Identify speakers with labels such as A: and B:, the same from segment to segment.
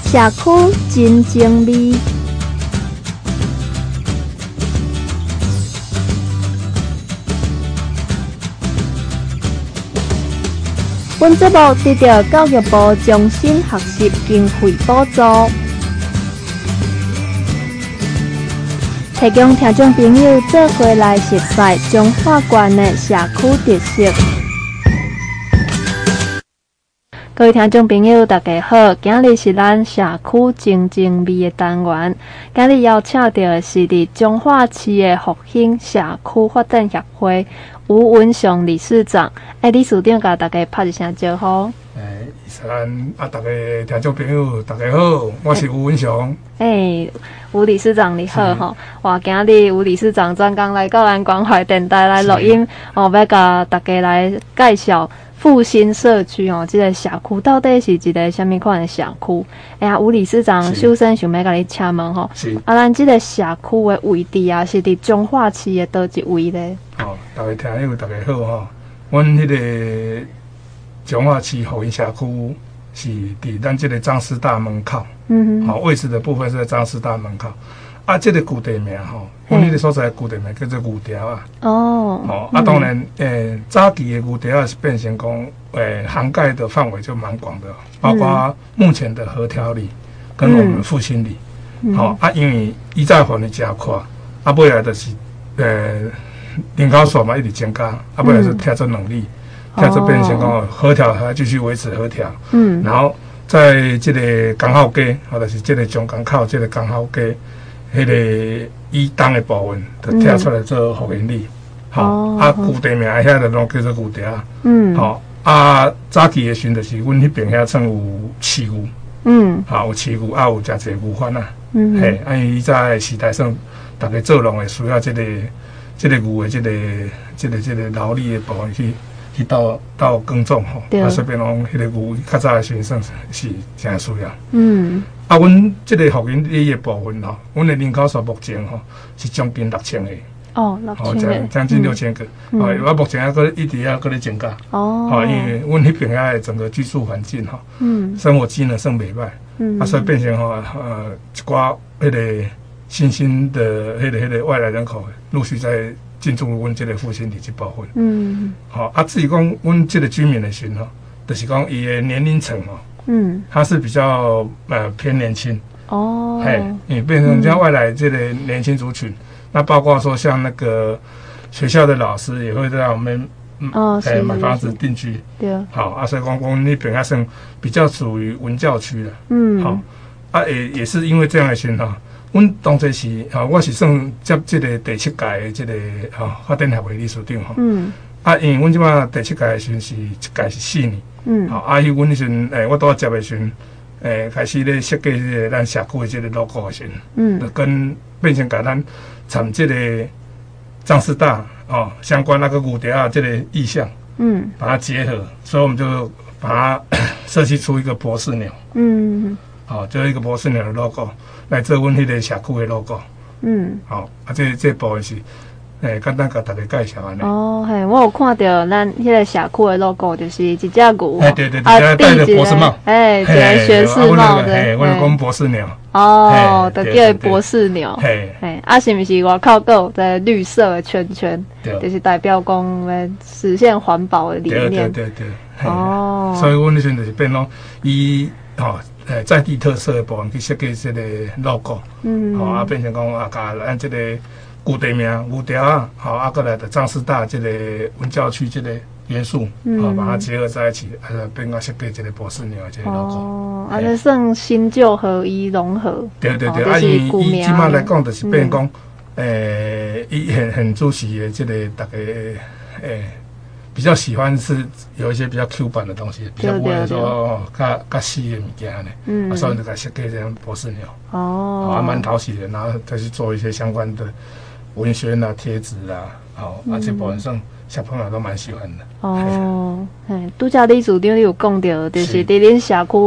A: 社区真情味。本节目得到教育部终身学习经费补助，提供听众朋友做伙来熟悉彰化县的社区特色。各位听众朋友，大家好，今日是咱社区真情味的单元。今日邀请到的是伫彰化市的复兴社区发展协会吴文雄理事长。理事长甲大家拍一声招呼。
B: 大家听众朋友，大家好，我是吴文雄。
A: 吴理事长你好吼！哇，今日吴理事长专工来到咱关怀电台来录音，要甲大家来介绍复兴社区哦，这个社区到底是一个什么款的社区？吴理事长首先想要甲你请问吼，咱这个社区的位置啊，是伫彰化市的倒一位咧？
B: 大家听友大家好吼，阮迄个彰化市复兴社区是伫咱这个张师大门口，位置的部分是在张师大门口。这个旧地名吼，阮迄个所在旧地名叫做牛寮啊。当然，早期的牛寮是变成讲，涵盖的范围就蛮广的，包括目前的和条里跟我们复兴里。因为以前环境真宽，未来就是人口数嘛一直增加，未来是贴做两里，贴做变成讲和条还继续维持和条。然后在这个港口街，或者是这个中港口这个港口街。迄个以东的部分，就贴出来做复兴里，旧地名遐就拢叫做牛寮。早期的时就是阮迄边遐算有饲牛，有饲牛，有诚济牛贩啊。以早的时代算，大家做农的需要这个牛的这个劳力的部分去到耕种吼，随便讲迄个牛较早的时阵算是诚需要。阮这个复兴里的部分吼，阮的人口数目前吼是将近6000个。
A: 6000
B: 将近6000个。我目前一直搁咧增加。因为阮迄边的整个居住环境吼，生活机能算袂歹。所以变成一寡迄个新兴的迄个外来人口陆续在进驻阮这个复兴里这部分。至于讲阮这个居民的时吼，就是讲伊的年龄层吼。他是比较偏年轻也变成像外来这个年轻族群，那包括说像那个学校的老师也会在我们买房子定居，对，所以讲那边还算比较属于文教区的，也是因为这样的情况，阮当初是我是算接这个第7届的这个发展协会理事长因为阮即马第7届的时阵是一届是4年。阮迄阵我拄接的时阵，开始咧设计这个咱社区的这个 logo 的时阵，就跟变成甲咱产这个张师大相关那个牛寮这个意象，把它结合，所以我们就把它设计出一个博士鸟，就是一个博士鸟的 logo 来做阮迄个社区的 logo，这部分是。简单甲大家介绍安尼。
A: 我有看到咱迄个社区的 logo， 就是一只牛，
B: 对，戴着博士帽，
A: 一个学士帽的，
B: 我就讲博士鸟。
A: 就叫博士鸟。是不是外口还有在绿色的圈圈，就是代表讲要实现环保的理念。
B: 对。所以阮那时阵就是变讲以在地特色的部分去设计这个 logo，变成讲甲咱这个。旧地名牛寮过来的张师大这个文教区这个元素，把它结合在一起，变个设计这个博士鸟这个 logo。
A: 这算新旧合一融合。
B: 对，以即马来讲，就是变讲，伊很主席的这个大家比较喜欢是有一些比较 Q 版的东西，比较不会说较细的物件呢。所以就给设计这样博士鸟。还蛮讨喜的，然后再去做一些相关的。文宣啊、贴纸啊，这部分上小朋友都蛮喜欢的。
A: 拄则理事长你有讲到，就是伫恁社区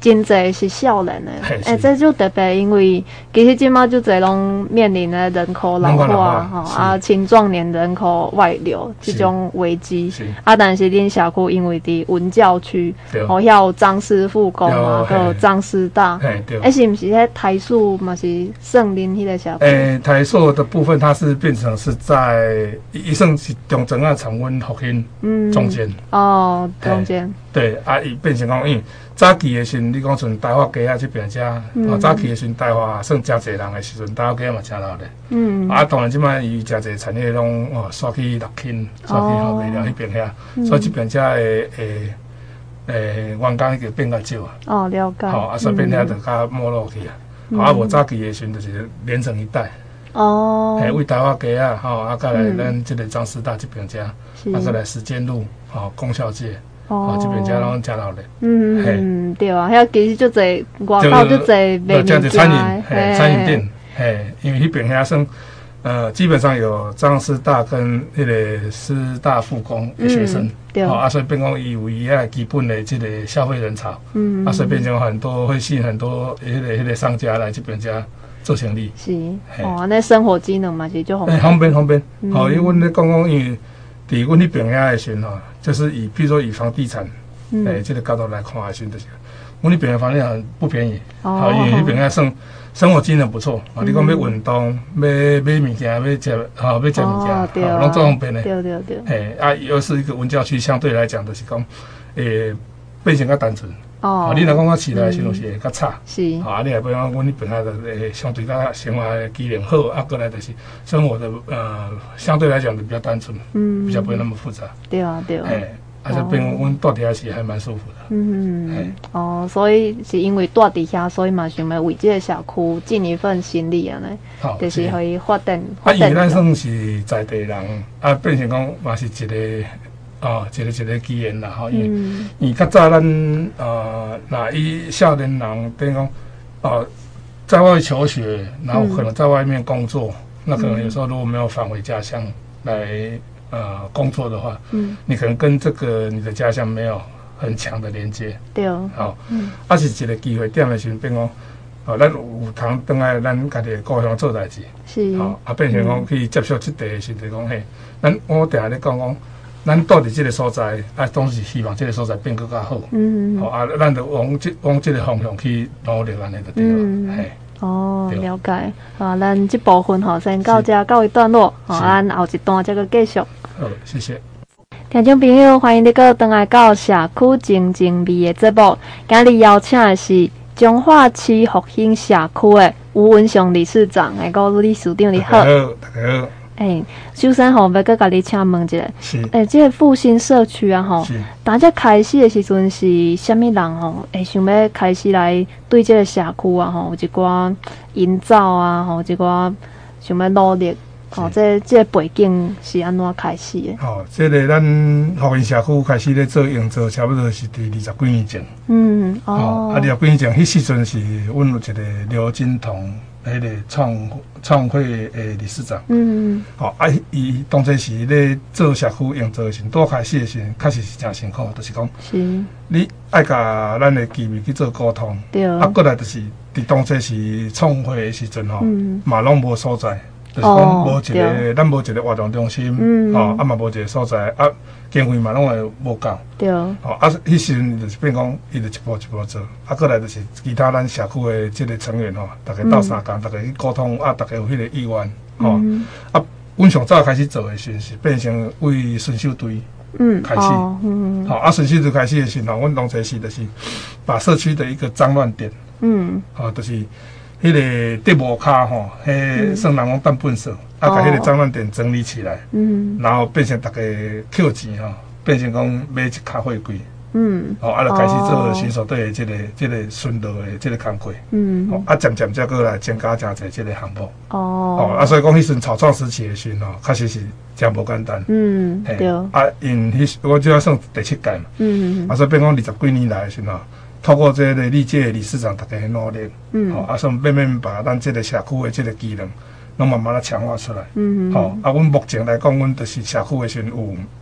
A: 真侪是少年的，这就特别，因为其实即马就侪拢面临的人口老化啊，青壮年人口外流这种危机啊。但是恁社区因为伫文教区，哦，遐有张师附工啊，还有张师大，是毋是迄台塑嘛是算恁迄个社区？
B: 台塑的部分它是变成是在伊算是中正啊长温复兴中间
A: 哦，中间
B: 对啊，伊变成讲因为。早期的时阵，你讲像台华街啊这边遮，早期的时阵台华算真侪人的时阵，台华街嘛真闹咧。啊，当然即摆伊真侪产业拢刷去六轻，刷去后尾了迄边遐，所以这边遮的员工已经变较少啊。
A: 哦，了解。
B: 啊，所以变遐就较没落去啊。啊，无早期的时阵就是连成一带。
A: 哦。
B: 为台华街啊，啊，再来咱这个张师大这边遮，啊，再来实践路，功效街。这边遮拢真闹咧。
A: 对啊，遐其实就侪外口就侪卖物件，
B: 餐饮店，因为迄边遐算基本上有张师大跟迄个师大附工的学生，啊，所以变讲伊有伊遐基本的这个消费人潮，啊，所以变成很多会吸引很多迄个商家来这边遮做生意。
A: 是，那生活机能嘛是就
B: 方便。因为阮咧讲因为伫阮迄边遐的时阵就是譬如说以房地产，这个角度来看的时候，就是我那边的房地产不便宜，因为那边还生活机能不错，你讲要运动、买物件、要食物件，拢做方便的。对。又是一个文教区，相对来讲就是讲，变成较单纯。你若讲市内的时候是会较差，
A: 是。
B: 你也比方阮那边就相对较生活的机能好，过来就是生活的相对来讲就比较单纯，比较不会那么复杂。
A: 对啊。
B: 就变阮住伫遐是还蛮舒服的。
A: 所以是因为住伫遐，所以嘛想要为这个社区尽一份心力啊呢，就是可以发展。
B: 因为咱算是在地人，变成讲嘛是一个一个机缘啦，因为较早咱那伊少年人等于讲在外求学，然后可能在外面工作，那可能有时候如果没有返回家乡来。工作的话，你可能跟这个你的家乡没有很强的连接。
A: 对。
B: 是一个机会点的时候，变讲，咱有通倒来咱家己的故乡做代志。
A: 是。
B: 变成讲去接触这地的时候，讲嘿，我定下咧讲，咱住伫这个所在，当时希望这个所在变更较好。咱就往这个方向去努力，安尼就对了。嘿。
A: 了解。咱这部分先到这告一段落，咱后一段再继续。
B: 好，谢谢。
A: 听众朋友，欢迎你回来到社区静静味的节目。今日邀请的是彰化市复兴社区的吴文雄理事长，吴理事长你好。
B: 大家好。
A: 首先要甲你请问一下，这个复兴社区啊，大家开始的时阵是虾米人想要开始来对这个社区啊，有一寡营造啊，一寡想要努力，这个背景是安怎开始的？
B: 这个咱复兴社区开始咧做营造，差不多是第20几年前。20几年前，迄时阵是阮有一个刘金彤。迄个创会的理事长，伊当初是咧做社区营造的时，拄开始的时，确实是真辛苦，就是讲，你爱甲咱的居民去做沟通，过来就是伫当初是创会的时阵嘛拢无所在，就是讲无一个，咱无一个活动中心，嘛无一个所在，经费嘛拢会无够，迄时阵就是变讲，伊就一步一步做，过来就是其他咱社区的这个成员大家斗相共，大家去沟通，大家有迄个意愿，阮上早开始做的时是变成为巡守队开始，巡守队开始的时候，阮当初是就是把社区的一个脏乱点，就是迄个地摩卡算人讲当粪扫。把迄个脏乱点整理起来，然后变成大家扣钱变成讲买一卡货柜，就开始做巡守队的这个巡逻的这个工作，渐渐再过来增加真侪这个项目，所以讲迄阵草创时期的时候，确实是真无简单，对，因我就要算第7届嘛，所以变讲20几年来的时候，透过这个历届理事长大家的努力，算慢慢把咱这个社区的这个机能。拢慢慢强化出来。阮目前来讲，阮就是社区的时有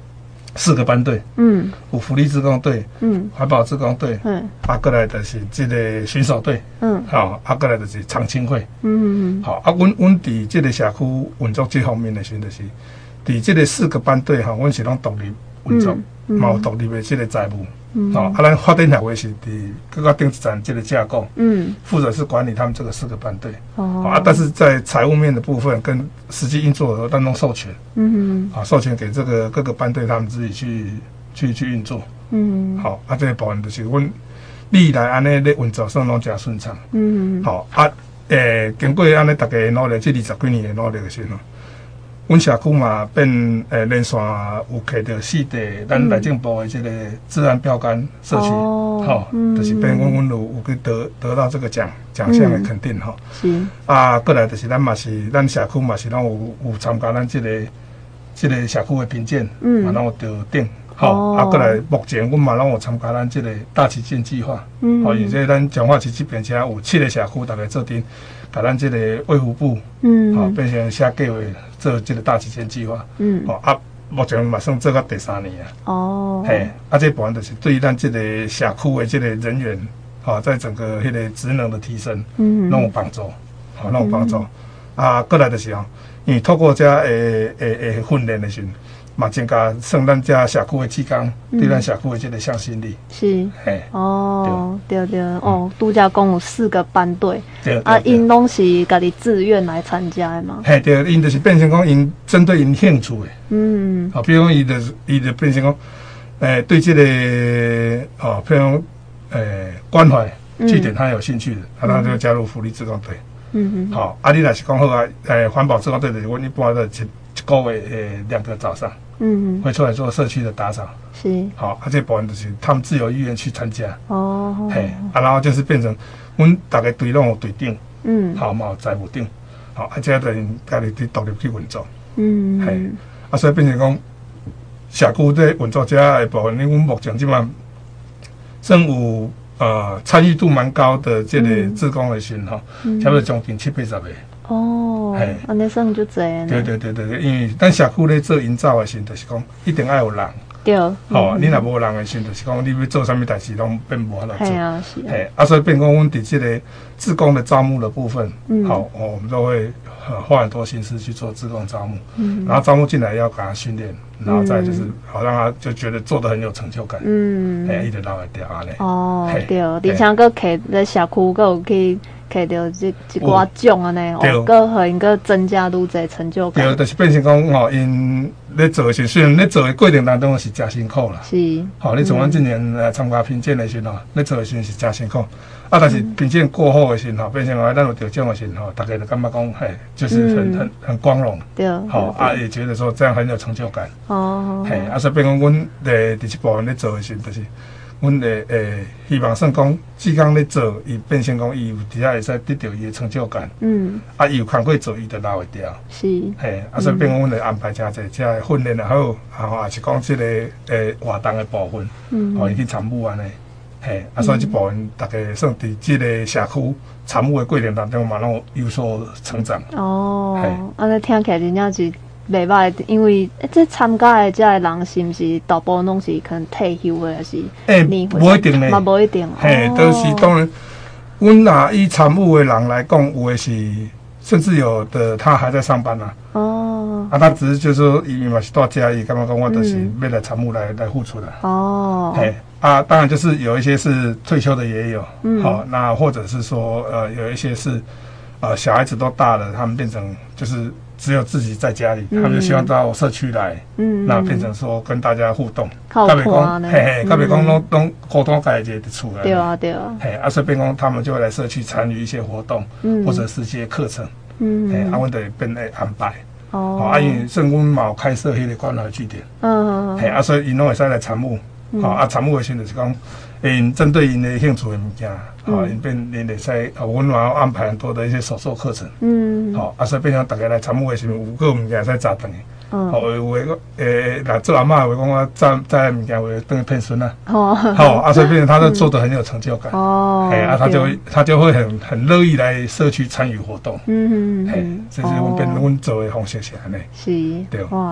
B: 4个班队，有福利志工队，环保志工队，过来就是这个巡守队，过来就是长青会，好，阮伫这个社区运作这方面的时候，就是伫这个4个班队阮是拢独立运作，有独立的这个财务。咱发展协会是伫各个电子站这个架构，负责是管理他们这个4个班队，但是在财务面的部分跟实际运作的当中授权，授权给这个各个班队他们自己去运作，好，这个部分就是阮历来安尼咧运作上拢真顺畅，好经过安尼大家努力，这20几年的努力的时候。阮社区嘛变连线有摕到4地咱内政部的这个治安标杆社区，就是变阮有去得到这个奖项的肯定吼。是过来就是咱嘛是咱社区嘛是拢有参加咱这个社区的评鉴，嘛拢有得顶。过来目前阮嘛拢有参加咱这个大旗舰计划，而且咱彰化市这边遮有7个社区大家做阵。把咱这个卫福部，变成写计划做这个大旗舰计划，目前嘛算做到第3年啊。这部分就是对咱这个社区的这个人员，在整个迄个职能的提升，拢有帮助，拢有帮助。过来就是因为透过这训练的时候。嘛，增加算咱遮社区的志工对咱社区的这个向心力。是，
A: 对，拄则讲有4个班队，因拢是家己自愿来参加的嘛。
B: 对，因就是变成讲因针对因兴趣的。比如讲伊就变成讲，对这个譬如关怀据点他有兴趣的，他就加入福利志工队。好，你若是讲好环保志工队就是阮一般的一个月2个早上，会出来做社区的打扫。是，好，这部分就是他们自由意愿去参加。然后就是变成阮大家队拢有队长，好嘛有财务长，好，这等于家己独立去运作。所以变成讲社区在运作这的部分，阮目前即嘛算有参与度蛮高的这个志工的群差不多将近780个。
A: 安尼算就济呢。
B: 对，因为咱社区咧做营造的时候，就是讲一定要有人。对。你若无人的时候，就是讲你要做啥物代志，拢变无法度做。是。所以变讲，阮伫这个志工的招募的部分，我们都会花很多心思去做志工招募。然后招募进来要给他训练，然后再就是好让他就觉得做得很有成就感。一直留会掉安尼。
A: 对，而且佫摕咧社区佫有去。摕到一寡奖安尼，佫互因佫增加愈侪成就感。
B: 对，就是变成讲因咧做的时，虽然咧做的过程当中是真辛苦啦。是。你从阮今年参加评鉴的时候，咧做的时是真辛苦。但是评鉴过后的时候，变成咱有得奖的时候，大家就感觉讲，就是很光荣。对。也觉得说这样很有成就感。所以变讲阮第一部分咧做的时，就是。阮希望算讲，志工咧做，伊变成讲，伊有底下会使得到伊的成就感。伊有工课做，伊就留会掉。是。所以变讲，阮会安排真侪这个训练也好，也是讲这个活动的部分，伊去参与安尼。所以这部分大家算伫这个社区参与的过程当中嘛，拢有所成长。
A: 安尼听起来真正是。袂歹，因为这参加的这个人是毋是大部分拢是可能退休的，还是？
B: 无一定呢，
A: 嘛无一定。
B: 都是当然，阮拿以参与的人来讲，有的是，甚至有的他还在上班啦。他只是就是说，伊嘛是到家，伊感觉讲我都是要来参与来付出的。当然就是有一些是退休的也有，那或者是说有一些是小孩子都大了，他们变成就是。只有自己在家里，他们就希望到社区来，那变成说跟大家互动。
A: 靠看呢。
B: 特别讲拢沟通家己的厝来。
A: 对啊。
B: 所以变讲他们就会来社区参与一些活动，或者是一些课程。阮就变来安排。因为算阮嘛有开设迄个关怀据点。所以因拢会使来参与。参与的时候就是讲，因针对因的兴趣的物件，因会使，阮嘛安排很多的一些手作课程。所以变成大家来参与的时候，有个物件使炸断的。有诶，若做阿嬷话讲，我炸物件会当骗孙啊。所以变成他都做得很有成就感。他就会很乐意来社区参与活动。这是阮做的方式是安尼。
A: 是。对。哇。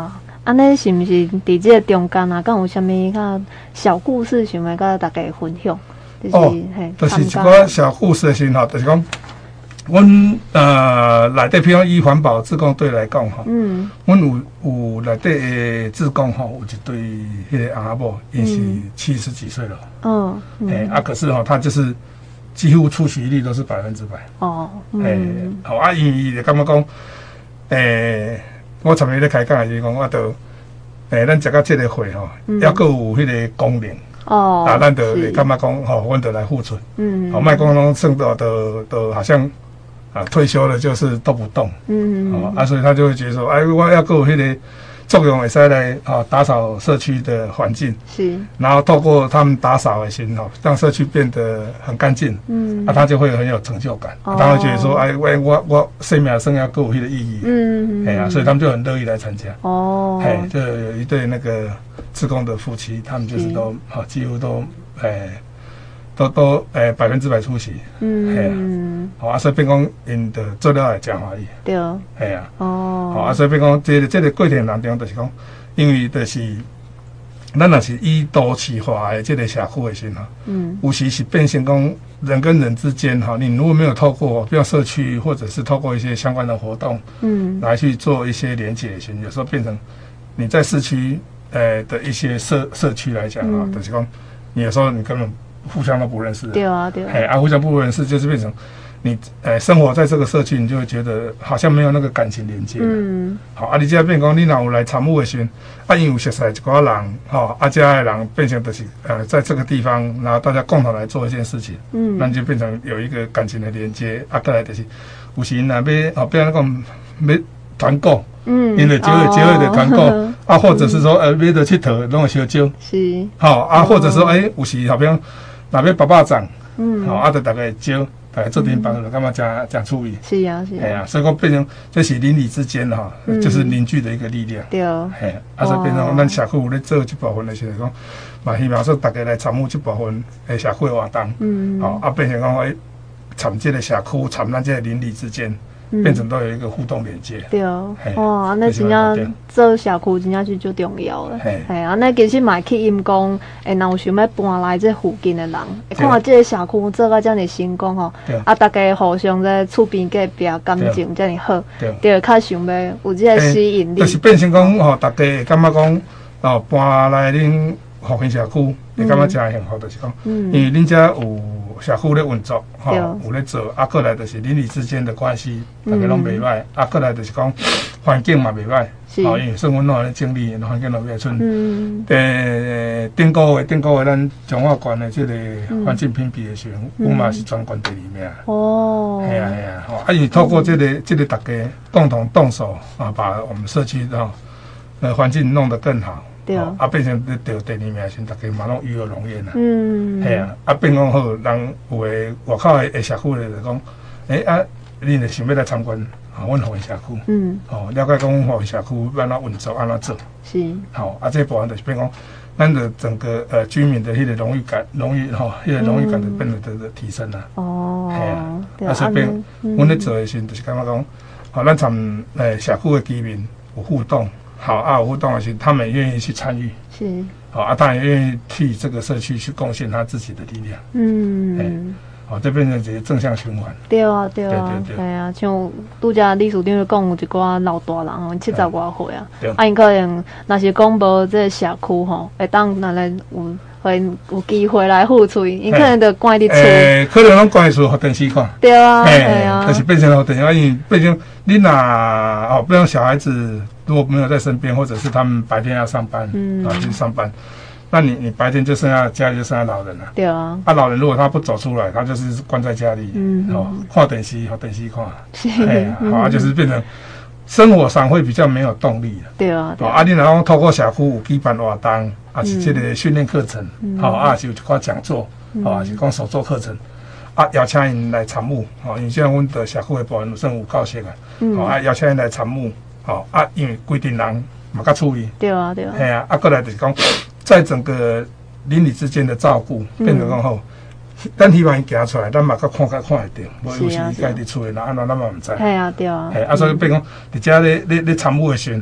A: 安尼是毋是伫这个中间啊？敢有啥物较小故事想要甲大家分享？
B: 就是一个小故事的时候，就是讲，阮内底，譬如以环保志工队来讲吼，阮有内底的志工吼，有一对迄个阿某，因是70几岁了，可是吼，他就是几乎出席率都是100%。好因就感觉讲，我昨日咧开讲的时讲，我都，咱食到这个会吼，还佫有迄个功能。咱就会感觉讲，阮就来付出，莫讲拢剩到都好像退休了就是都不动，所以他就会觉得说，我要有迄个作用，会使来打扫社区的环境，是，然后透过他们打扫的心让社区变得很干净，他就会很有成就感，他会觉得说，我生命要有迄个意义，所以他们就很乐意来参加，就有一对那个志工的夫妻，他们就是都几乎都100%出席，所以变讲因的做了会真欢喜，对，所以变讲这个过程当中，就是讲，因为就是咱若是以都市化的这个社区的时候，有时是变成讲人跟人之间你如果没有透过比如社区或者是透过一些相关的活动，来去做一些连结的时候，有时候变成你在市区的一些社区来讲就是讲你有时候你根本互相都不认识，对，互相不认识，就是变成你生活在这个社区，你就会觉得好像没有那个感情连接，你这变讲你若有来参与的时候，因为有熟悉一寡人，这的人变成就是在这个地方，然后大家共同来做一件事情，那就变成有一个感情的连接，再来就是有时若要比如讲要团购，因为招的团购，或者是说要到佚佗，拢会烧招，是，或者说有时好比若要爸掌，就大家招。做点帮助，干嘛讲处理？是啊，所以讲变成这是邻里之间就是凝聚的一个力量。对，所以变成咱社区有咧做这部分的时候，讲嘛希望说大家来参与这部分的社区活动，变成讲参这个社区，参咱这个邻里之间。变成都有一个互动连接，对
A: 哇，那真正做社区真正是最重要的，那其实嘛去因讲，若有想要搬来这附近的人，看到这个社区做到这么成功大家互相在厝边隔壁感情这么好，就较想要有这个吸引力，
B: 就是变成讲大家会感觉讲搬来恁附近社区，会感觉真幸福，就是讲，因为恁遮有。社区咧运作，有咧做，过来就是邻里之间的关系，大家拢袂歹，过来就是讲环境嘛袂歹，因为算阮拢咧整理环境落尾村。顶个月咱彰化县的这个环境评比的时候，阮嘛是全县第2名。系啊，因为透过这个大家共同动手把我们社区环境弄得更好。变成得第2名时，大家嘛拢与有荣焉啦。变讲好，人有诶外口诶社区咧就讲，恁就想要来参观阮附近社区，了解讲阮附近社区安怎运作，安怎做。是。这部分就是变讲，咱的整个居民的迄个荣誉感就变得提升啦。所以变，阮咧做诶时，就是感觉讲，咱参社区诶居民有互动。有互动的时候，他们也愿意去参与，是，他也愿意替这个社区去贡献他自己的力量，这变成一个正向循环。
A: 对啊，像拄则理事长就讲有一寡老大人70外岁因可能若是讲无这个社区会当拿来有机会来付出，因可能就关伫厝，
B: 可能拢关伫厝，互电视看。
A: 对啊，
B: 就是变成互电视，因为变成你若比如小孩子如果没有在身边，或者是他们白天要上班，去上班，那你白天就剩下家里就剩下老人了。对啊。老人如果他不走出来，他就是关在家里，看电视，互电视看，就是变成生活上会比较没有动力了。对啊。你然后透过社区有举办活动。是这个训练课程，是有一寡讲座，是讲手作课程，邀请因来参与，因为现在阮的社区的部分算有教室邀请因来参与，因为规定人嘛较处理，对啊，过来就是讲，在整个邻里之间的照顾，变成讲好，咱希望伊行出来，咱嘛较看会到，无有时伊家己厝的人安怎咱嘛毋知，对啊，所以变讲，伫遮咧参与的时阵。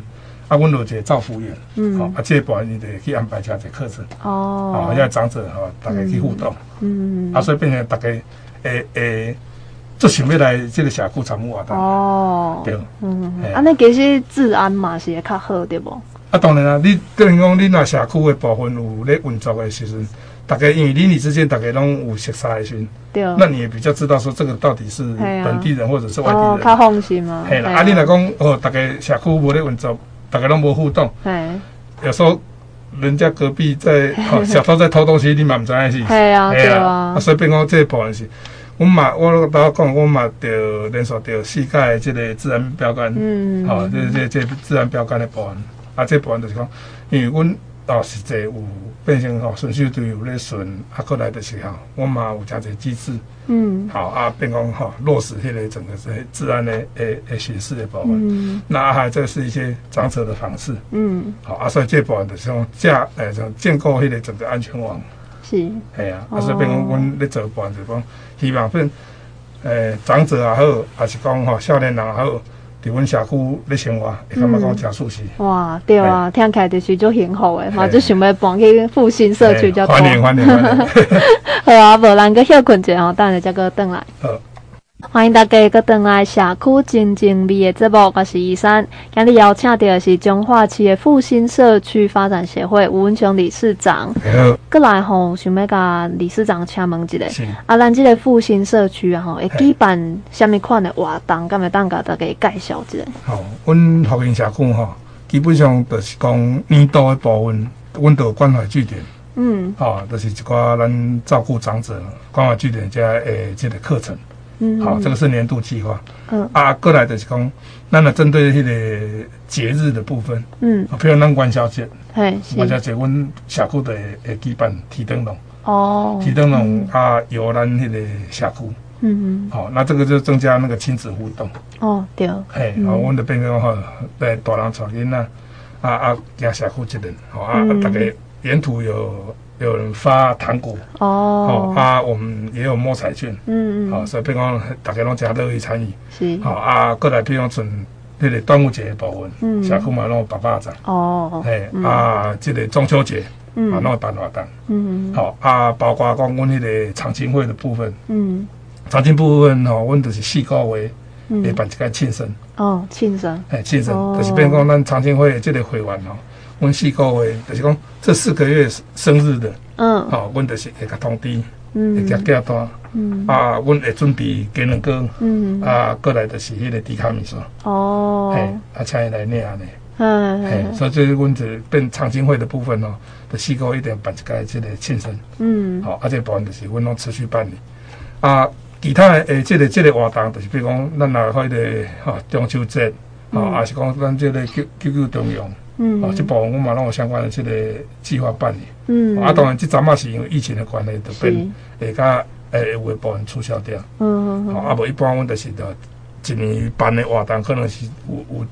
B: 啊，阮有一个照服员，啊，这部分伊就去安排一个课程，遐长者大家去互动，啊，所以变成大家最想要来这个社区参与活动，对，
A: 安尼其实治安嘛是会较好，对无？
B: 啊，当然啦，你等于讲你那社区的部分有咧运作的时阵，大家因为邻里之间大家拢有熟悉的时阵，对，那你也比较知道说这个到底是本地人或者是外地人，
A: 较放心嘛。
B: 嘿啦，啊，你来讲大家社区无咧运作。大家拢无互动，有时候人家隔壁在小偷在偷东西，你嘛唔知影是。
A: 系啊，对啊。
B: 所以变讲这部分是，我头讲，我嘛着连续着世界的这个治安标杆，这治安标杆的部分，啊，这部分就是讲，因为阮实际有变成顺手都有咧顺，啊，过来的时候，我嘛有诚侪机制，变讲落实迄个整个治安的形式的部分，那还这是一些长者的访视，所以这部分就是讲建构迄个整个安全网，是，系啊，所以变讲阮咧做部分就是讲，希望变长者也好，还是讲少年人也好。伫阮社区咧生活，会感觉讲真舒适。
A: 哇，对啊，听起来就是足幸福诶，嘛就想要搬去复兴社区才。
B: 欢迎。
A: 好啊，无咱个休困者吼，等下再个转来。好。欢迎大家搁转来社区真正味的节目，我是依珊。今日邀请到的是中华企业复兴社区发展协会吴文琼理事长。好。搁来吼，想要甲理事长请问一下，咱这个复兴社区啊，会举办什么款的活动？敢会当甲大家介绍一下？
B: 好，阮复兴社区基本上就是讲年度的部分，阮都有关怀据点。就是一寡咱照顾长者关怀据点加这个课程。好，这个是年度计划。过来就是讲，咱针对迄个节日的部分，比如咱元宵节，元宵节，阮社区会举办提灯笼，提灯笼由咱迄个社区，好，那这个就增加那个亲子互动。对，阮就变成大人带囡仔，加社区责任，大家沿途有人发糖果我们也有摸彩券，所以比如讲大家拢真乐意参与，是过来比如讲像迄个端午节的部分，社区嘛拢有办巴掌，这个中秋节拢有办活动，包括讲阮迄个长青会的部分，长青部分阮就是4个月会办一个庆生，
A: 庆生，
B: 庆生就是比如讲咱长青会的这个会员阮4个月，就是讲这4个月生日的，阮就是会甲通知，会甲寄单，阮会准备鸡卵糕，过来就是迄个猪脚面线，请伊来领呢，所以这阮就变长青会的部分就4个月一定办一个这个庆生，这部分就是阮拢持续办理，其他的这个活动就是比如讲咱若迄个中秋节，也是讲咱这个QQ 中央。这部分我嘛拢有相关的这个计划办理。当然这阵嘛是因为疫情的关系，就变会甲有的部分取消掉。无一般阮就是一年办的活动，可能是有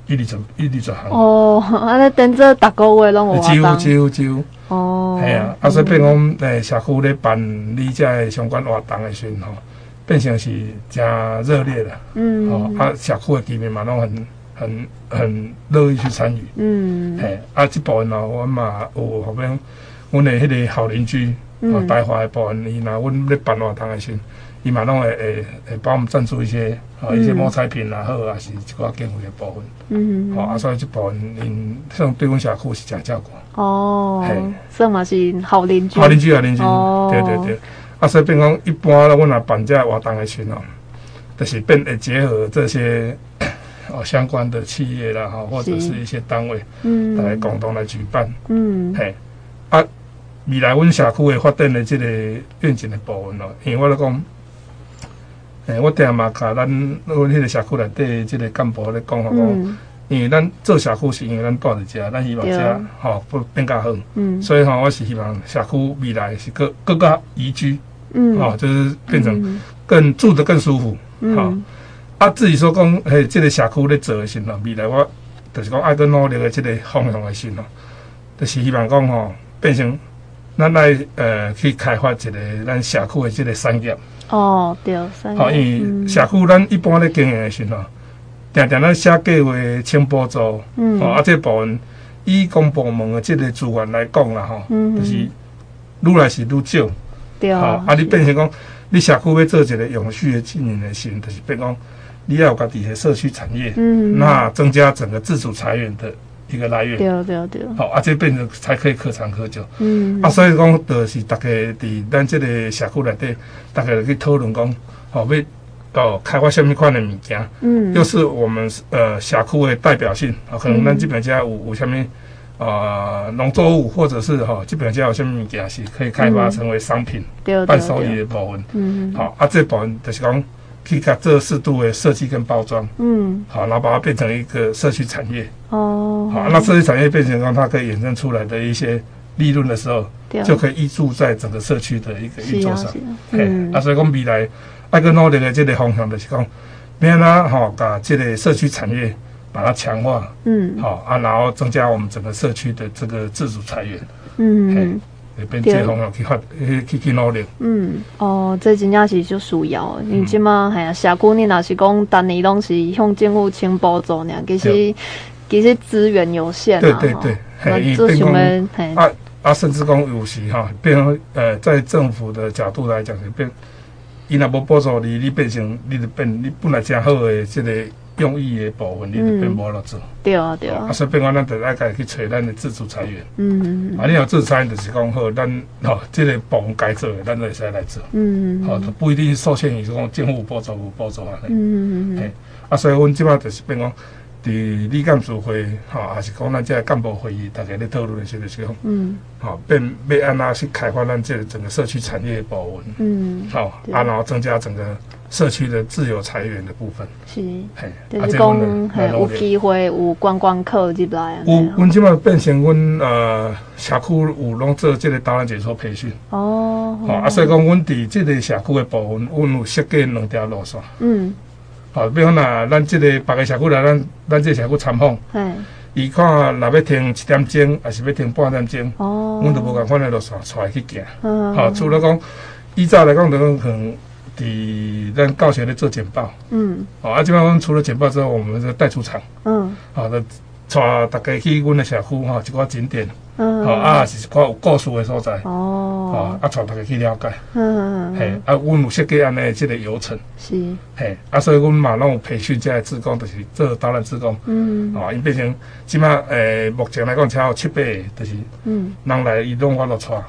B: 1、2项。
A: 安尼等做逐个月拢有活动。
B: 几乎。系啊，所以变讲社区咧办理这相关活动的时阵变成是真热烈啦。社区的居民嘛拢很乐意去参与，这部分阮嘛有后边，阮的迄个好邻居，台华的部分，伊若阮咧办活动的时候，伊嘛拢会帮我们赞助一些摸彩品啦，好，也是一寡经费的部分，所以这部分因像对阮社区是真照顾。
A: 所以嘛是好邻居。
B: 好邻居，对，所以变讲一般阮若办这活动的时候，就是变会结合这些。相关的企业啦，或者是一些单位，来共同来举办。未来阮社区的发展的这个愿景的部分因为我咧讲，我定嘛甲阮迄个社区内底这个干部咧讲因为咱做社区是因为咱住伫遮，咱希望遮不变较好，所以我是希望社区未来是更加宜居，就是变成住得更舒服，至于说讲，这个社区咧做的时候，未来我就是讲爱去努力的这个方向的时候，就是希望讲变成咱来去开发一个咱社区的这个产业。
A: 对，产业。
B: 因为社区咱一般咧经营的时候， 常常咧写计划请补助，这部分以公部门的这个资源来讲啦，就是愈来是愈少，
A: 对啊，
B: 你变成讲，你社区要做一个永续的经营的时候，就是变讲，你要有家己的社区产业，那增加整个自主财源的一个来源，
A: 对，
B: 好，这变成才可以可长可久，所以讲，就是大家伫咱这个社区内底，大家去讨论讲，要开发什么款的物件，又是我们社区的代表性，可能咱这边家有什么农作物，或者是这边家有什么物件是可以开发成为商品，伴手礼的部分，这部分就是讲去甲做适度的设计跟包装，然后把它变成一个社区产业，那社区产业变成讲它可以衍生出来的一些利润的时候，就可以挹注在整个社区的一个运作上，所以讲未来。那个努力的这个方向就是讲，免把这个社区产业把它强化，然后增加我们整个社区的这个自主财源，变这个方向去努力。
A: 这真正是就需要，因为即马社区你若是讲单年拢是向政府请补助呢，其实资源有限啊，
B: 对，
A: 做什么
B: 甚至讲有时变成在政府的角度来讲，就变。伊若无补助你变成你本来真好的这个用意的部分，你就变无落做。
A: 对，
B: 所以变讲咱就爱家去找咱的自主财源。你有自主财源，就是讲好，咱这个部分该做的，咱就会使来做。就不一定受限于讲政府有补助安尼。所以阮即摆就是变讲。伫理监事会，还是讲咱这干部会议，大家咧讨论的时候，就是讲，变要安怎去开发咱这整个社区产业的部分，然后增加整个社区的自有财源的部分。
A: 是，就是讲，有机会有观光客入来。
B: 阮即摆变成阮社区有拢做这个导览解说培训。所以讲，阮伫这个社区的部分，阮有设计2条路线。比如讲咱这个别个社区来，咱这个社区参访，伊看若要停1点钟，还是要停半点钟，阮就无共款的路线带去行。除了讲，以早来讲，就可能伫咱教学咧做简报，即摆阮除了简报之后，我们就带出场，就带大家去阮的社区，一寡景点。是一寡有故事的所在，带大家去了解，阮有设计安尼这个流程，
A: 是，
B: 所以阮嘛拢有培训这些志工，就是做导览志工，因变成即马目前来讲，才有7、8个，就是人来伊拢我都带，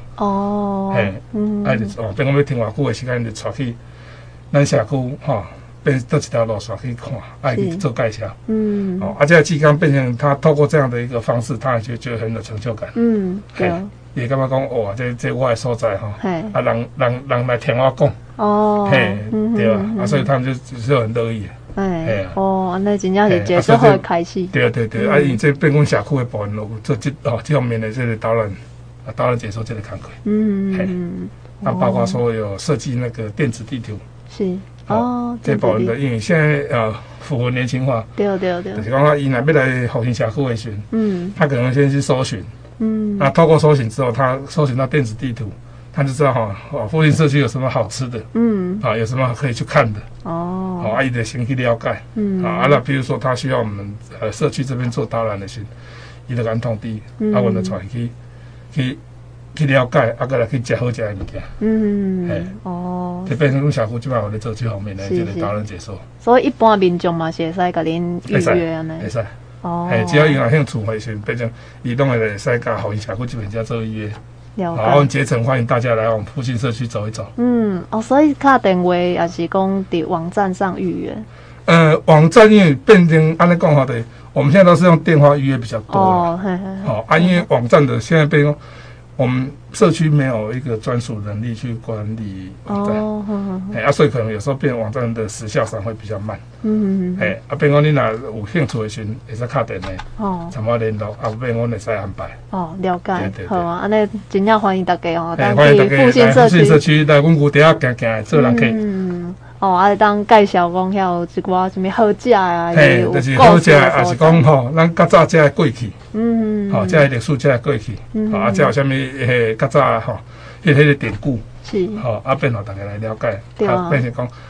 B: 变讲要停偌久的时间，就带去咱社区变到一条路线去看，爱去做介绍。这个志工变成他透过这样的一个方式，他也觉得很有成就感。对。也感觉讲这我的所在人来听我讲。对吧？所以他们就是很乐意。
A: 安尼真正是一个最好的开始。
B: 对，因为这变阮社区的部分做这方面的这个导览解说这个工作。包括说有设计那个电子地图。
A: 是。
B: 这部分的，因为现在符合年轻化，
A: 对，
B: 就是讲他伊若要来复兴社区的时候，他可能先去搜寻，那透过搜寻之后，他搜寻到电子地图，他就知道附近社区有什么好吃的，有什么可以去看的，伊就先去了解，那比如说他需要我们社区这边做导览的时候，伊就甲咱通知，我们就带去了解，再来去食好食的物件。就变成阮社区即摆有咧做这方面的这个导览解说。
A: 所以一般民众嘛是会使甲恁预约安尼。
B: 会使。只要伊有兴趣的时候，变成伊拢会使甲福音社区这边家做预约。然后竭诚欢迎大家来我们复兴社区走一走。
A: 所以打电话也是讲伫网站上预约。
B: 网站因为变成按你讲法的，我们现在都是用电话预约比较多。因为网站的现在变成。我们社区没有一个专属能力去管理网站，所以可能有时候变网站的时效上会比较慢。变讲你若有兴趣的时候，会使打电话，参我联络，变阮会使安排。
A: 了解，好啊，安尼真正欢迎大家
B: 欢迎大家来复兴社区来阮牛地仔行行做人客。
A: 当介绍讲遐有一寡什么好食啊，
B: 就是好食，也是讲咱较早这过去，这历史这过去，这有啥物较早迄个典故，
A: 是，
B: 变互大家来了解，变成讲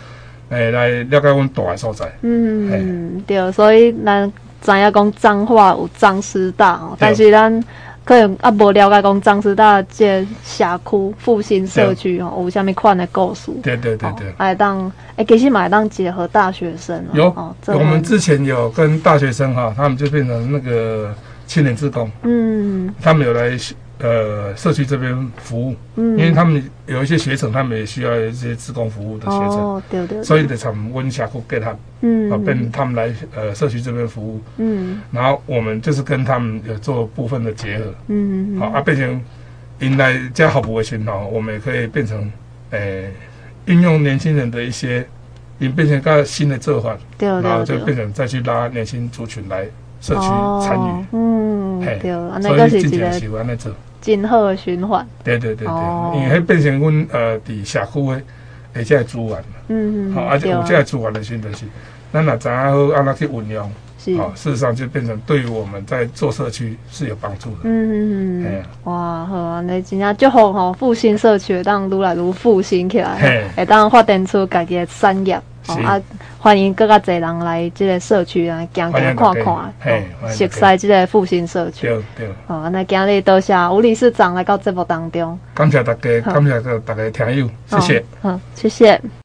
B: 来了解阮住的所在。
A: 对，所以咱知影讲彰化有彰师大吼，但是咱可能无了解讲彰师大这辖区复兴社区吼有啥物款的故事。
B: 对，
A: 其实嘛会当结合大学生。
B: 我们之前有跟大学生哈，他们就变成那个青年志工。他们有来社区这边服务。因为他们有一些学程，他们也需要一些志工服务的学程。对。所以就从阮辖区结合。跟他们来社区这边服务。然后我们就是跟他们有做部分的结合。变成迎来加好不为群哈，我们也可以变成运用年轻人的一些，变成个新的做法。然后就变成再去拉年轻族群来社区参与。
A: 对，那个是一个
B: 喜欢那做。
A: 真好的循环。
B: 对，因为迄变成阮伫社区的这资源。有这资源的时候，就是咱也知影好安怎去运用。事实上就变成对于我们在做社区是有帮助的。
A: 哇，好啊，你真正祝福吼复兴社区会当愈来愈复兴起来，会当发展出家己的产业。欢迎更加侪人来这个社区啊，行看看，熟悉这个复兴社区。
B: 对。
A: 那今日多谢吴理事长来到节目当中。
B: 感谢大家，感谢大家听友，谢谢。
A: 谢谢。